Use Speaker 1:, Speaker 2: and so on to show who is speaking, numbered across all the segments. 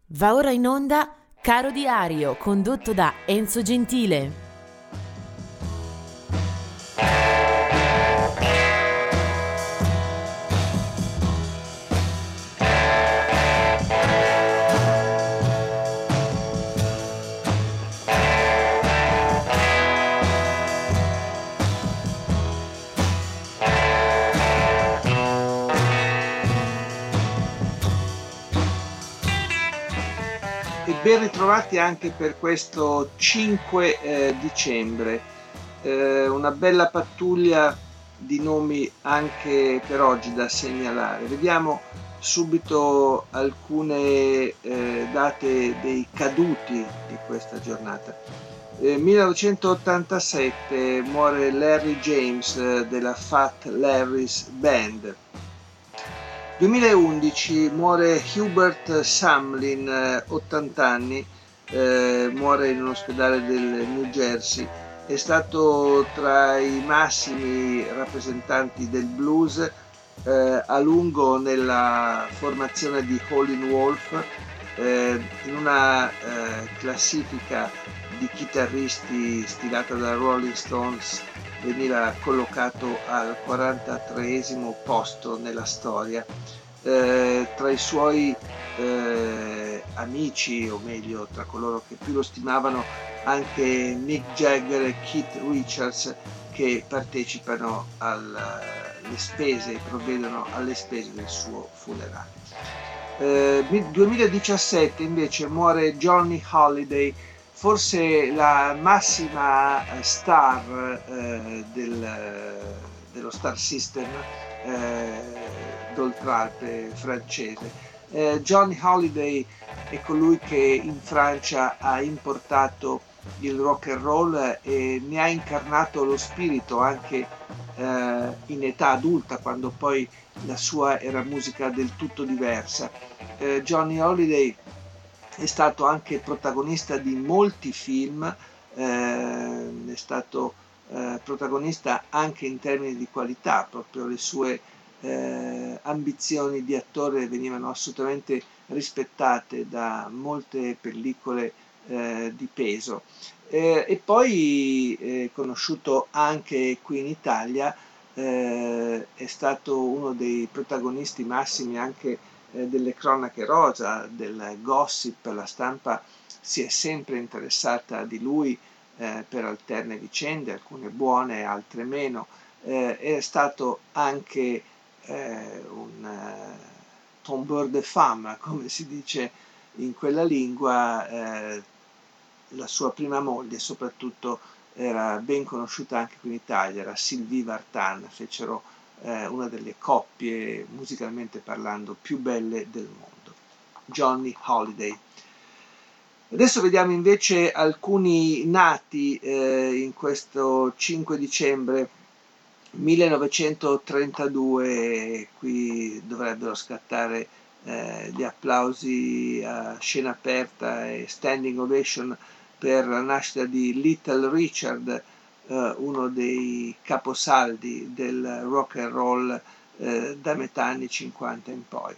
Speaker 1: Va ora in onda Caro Diario, condotto da Enzo Gentile.
Speaker 2: E ben ritrovati anche per questo 5 dicembre. Una bella pattuglia di nomi anche per oggi da segnalare. Vediamo subito alcune date dei caduti di questa giornata. 1987 muore Larry James della Fat Larry's Band. 2011 muore Hubert Sumlin, 80 anni, muore in un ospedale del New Jersey. È stato tra i massimi rappresentanti del blues, a lungo nella formazione di Howlin' Wolf, in una classifica di chitarristi stilata da Rolling Stones veniva collocato al 43esimo posto nella storia. Tra i suoi amici, o meglio tra coloro che più lo stimavano, anche Mick Jagger e Keith Richards, che partecipano alle spese, provvedono alle spese del suo funerale. 2017 invece muore Johnny Holiday, forse la massima star dello Star System d'Oltralpe francese. Johnny Holiday è colui che in Francia ha importato il rock and roll e ne ha incarnato lo spirito anche in età adulta, quando poi la sua era musica del tutto diversa. Johnny Holiday è stato anche protagonista di molti film, è stato protagonista anche in termini di qualità, proprio le sue ambizioni di attore venivano assolutamente rispettate da molte pellicole di peso. E poi conosciuto anche qui in Italia, è stato uno dei protagonisti massimi anche delle cronache rosa, del gossip. La stampa si è sempre interessata di lui per alterne vicende, alcune buone, altre meno. È stato anche un tombeur de femme, come si dice in quella lingua. La sua prima moglie soprattutto era ben conosciuta anche qui in Italia, era Sylvie Vartan, fecero una delle coppie musicalmente parlando più belle del mondo. Johnny Holiday. Adesso vediamo invece alcuni nati in questo 5 dicembre 1932, qui dovrebbero scattare gli applausi a scena aperta e standing ovation per la nascita di Little Richard, uno dei caposaldi del rock and roll da metà anni 50 in poi.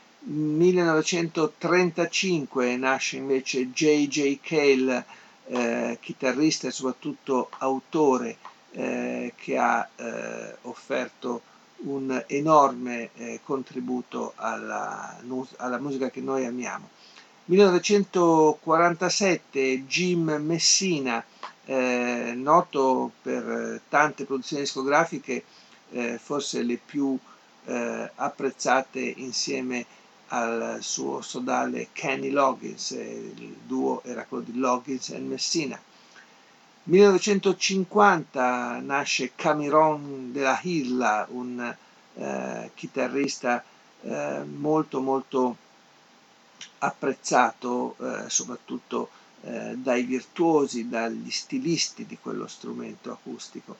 Speaker 2: 1935 nasce invece J.J. Cale, chitarrista e soprattutto autore, che ha offerto un enorme contributo alla musica che noi amiamo. 1947 Jim Messina, noto per tante produzioni discografiche, forse le più apprezzate insieme al suo sodale Kenny Loggins, il duo era quello di Loggins e Messina. 1950 nasce Camiron de la Isla, un chitarrista molto molto apprezzato soprattutto dai virtuosi, dagli stilisti di quello strumento acustico.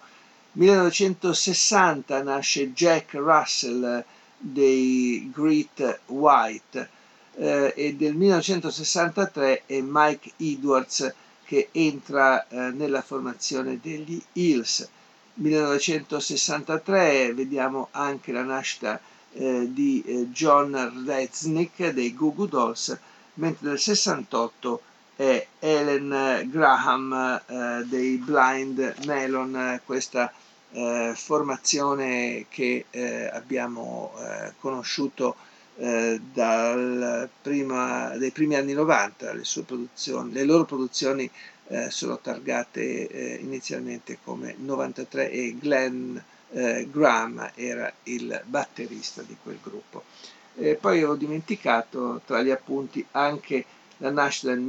Speaker 2: 1960 nasce Jack Russell dei Great White e del 1963 è Mike Edwards che entra nella formazione degli Hills. 1963 vediamo anche la nascita di John Reznick dei Goo Goo Dolls mentre del 68 è Ellen Graham dei Blind Melon, questa formazione che abbiamo conosciuto dei primi anni 90. Le loro produzioni sono targate inizialmente come 93 e Glenn Graham era il batterista di quel gruppo. Poi ho dimenticato tra gli appunti anche la nascita nel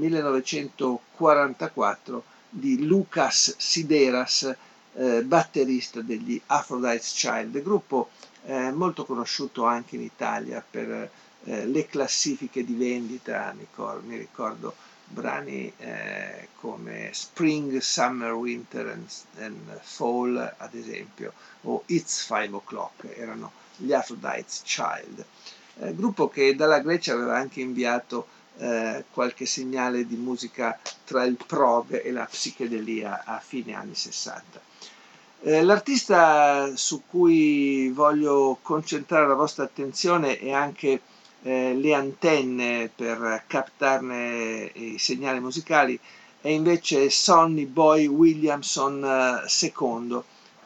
Speaker 2: 1944 di Lucas Sideras, batterista degli Aphrodite's Child, gruppo molto conosciuto anche in Italia per le classifiche di vendita. Mi ricordo brani come Spring, Summer, Winter and Fall, ad esempio, o It's 5 O'Clock, erano gli Aphrodite's Child. Gruppo che dalla Grecia aveva anche inviato qualche segnale di musica tra il prog e la psichedelia a fine anni 60. L'artista su cui voglio concentrare la vostra attenzione e anche le antenne per captarne i segnali musicali è invece Sonny Boy Williamson II,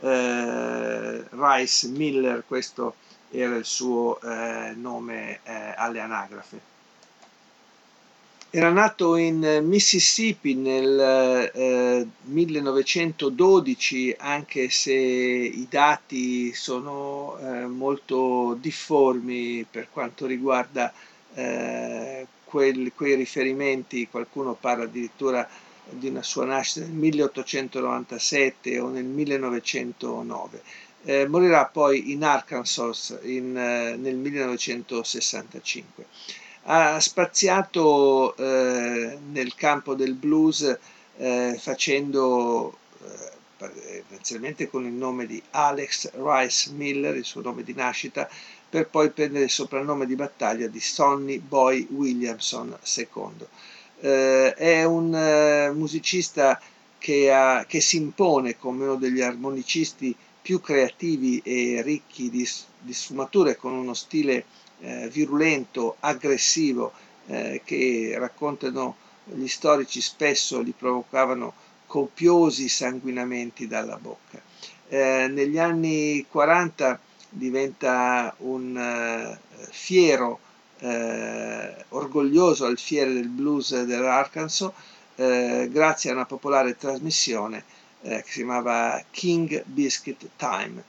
Speaker 2: Rice Miller, questo era il suo nome alle anagrafe. Era nato in Mississippi nel 1912, anche se i dati sono molto difformi per quanto riguarda quei riferimenti. Qualcuno parla addirittura di una sua nascita nel 1897 o nel 1909. Morirà poi in Arkansas nel 1965. Ha spaziato nel campo del blues facendo inizialmente con il nome di Alex Rice Miller, il suo nome di nascita, per poi prendere il soprannome di battaglia di Sonny Boy Williamson II. È un musicista che si impone come uno degli armonicisti più creativi e ricchi di sfumature, con uno stile virulento, aggressivo, che raccontano gli storici spesso gli provocavano copiosi sanguinamenti dalla bocca. Negli anni 40 diventa un fiero, orgoglioso alfiere del blues dell'Arkansas, grazie a una popolare trasmissione che si chiamava King Biscuit Time.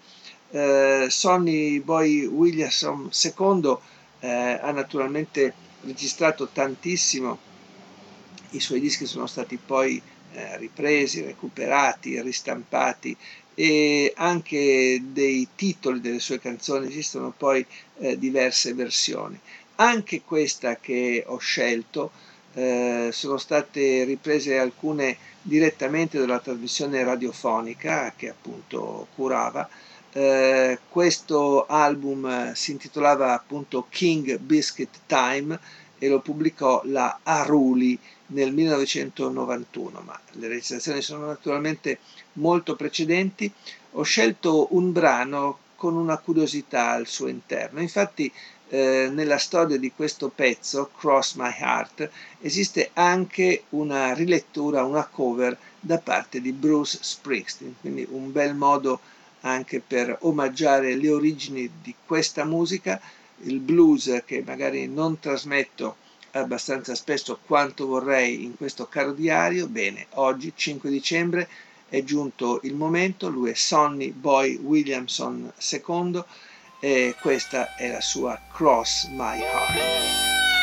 Speaker 2: Sonny Boy Williamson II ha naturalmente registrato tantissimo, i suoi dischi sono stati poi ripresi, recuperati, ristampati, e anche dei titoli delle sue canzoni esistono poi diverse versioni. Anche questa che ho scelto sono state riprese alcune direttamente dalla trasmissione radiofonica che appunto curava. Questo album si intitolava appunto King Biscuit Time e lo pubblicò la Aruli nel 1991, ma le registrazioni sono naturalmente molto precedenti. Ho scelto un brano con una curiosità al suo interno. Infatti nella storia di questo pezzo, Cross My Heart, esiste anche una rilettura, una cover da parte di Bruce Springsteen, quindi un bel modo anche per omaggiare le origini di questa musica, il blues che magari non trasmetto abbastanza spesso quanto vorrei in questo caro diario. Bene, oggi 5 dicembre è giunto il momento. Lui è Sonny Boy Williamson II e questa è la sua Cross My Heart.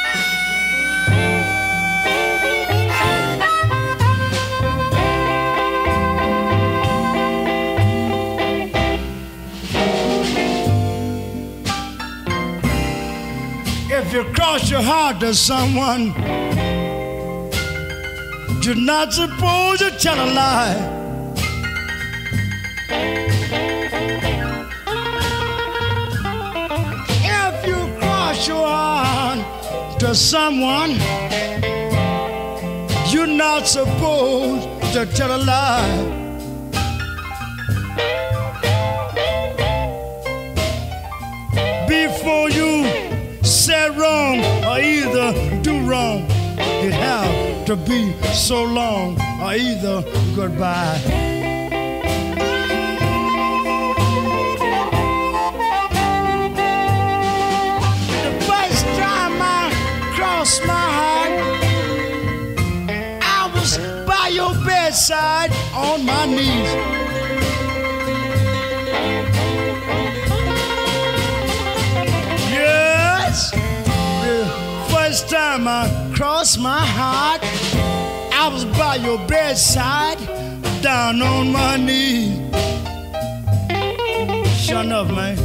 Speaker 3: If you cross your heart to someone, you're not supposed to tell a lie. If you cross your heart to someone, you're not supposed to tell a lie. Before you say wrong or either do wrong, It have to be so long or either goodbye. The first time I crossed my heart, I was by your bedside on my knees. Yes, the first time I crossed my heart, I was by your bedside, down on my knees. Sure enough, man.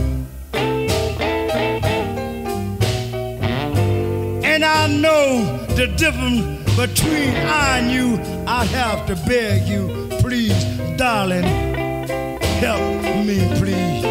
Speaker 3: And I know the difference between I and you. I have to beg you, please, darling, help me, please.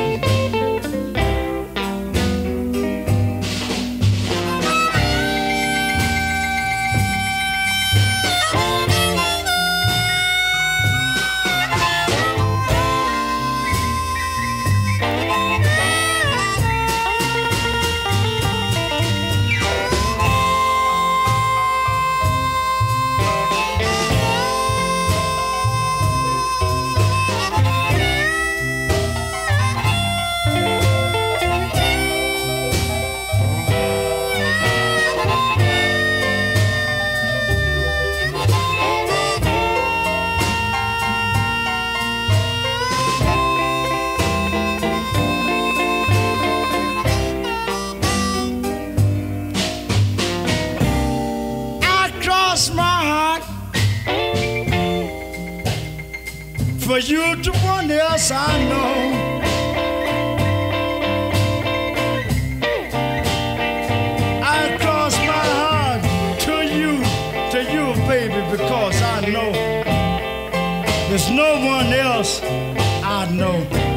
Speaker 3: For you to one else I know. I cross my heart to you, baby, because I know there's no one else I know.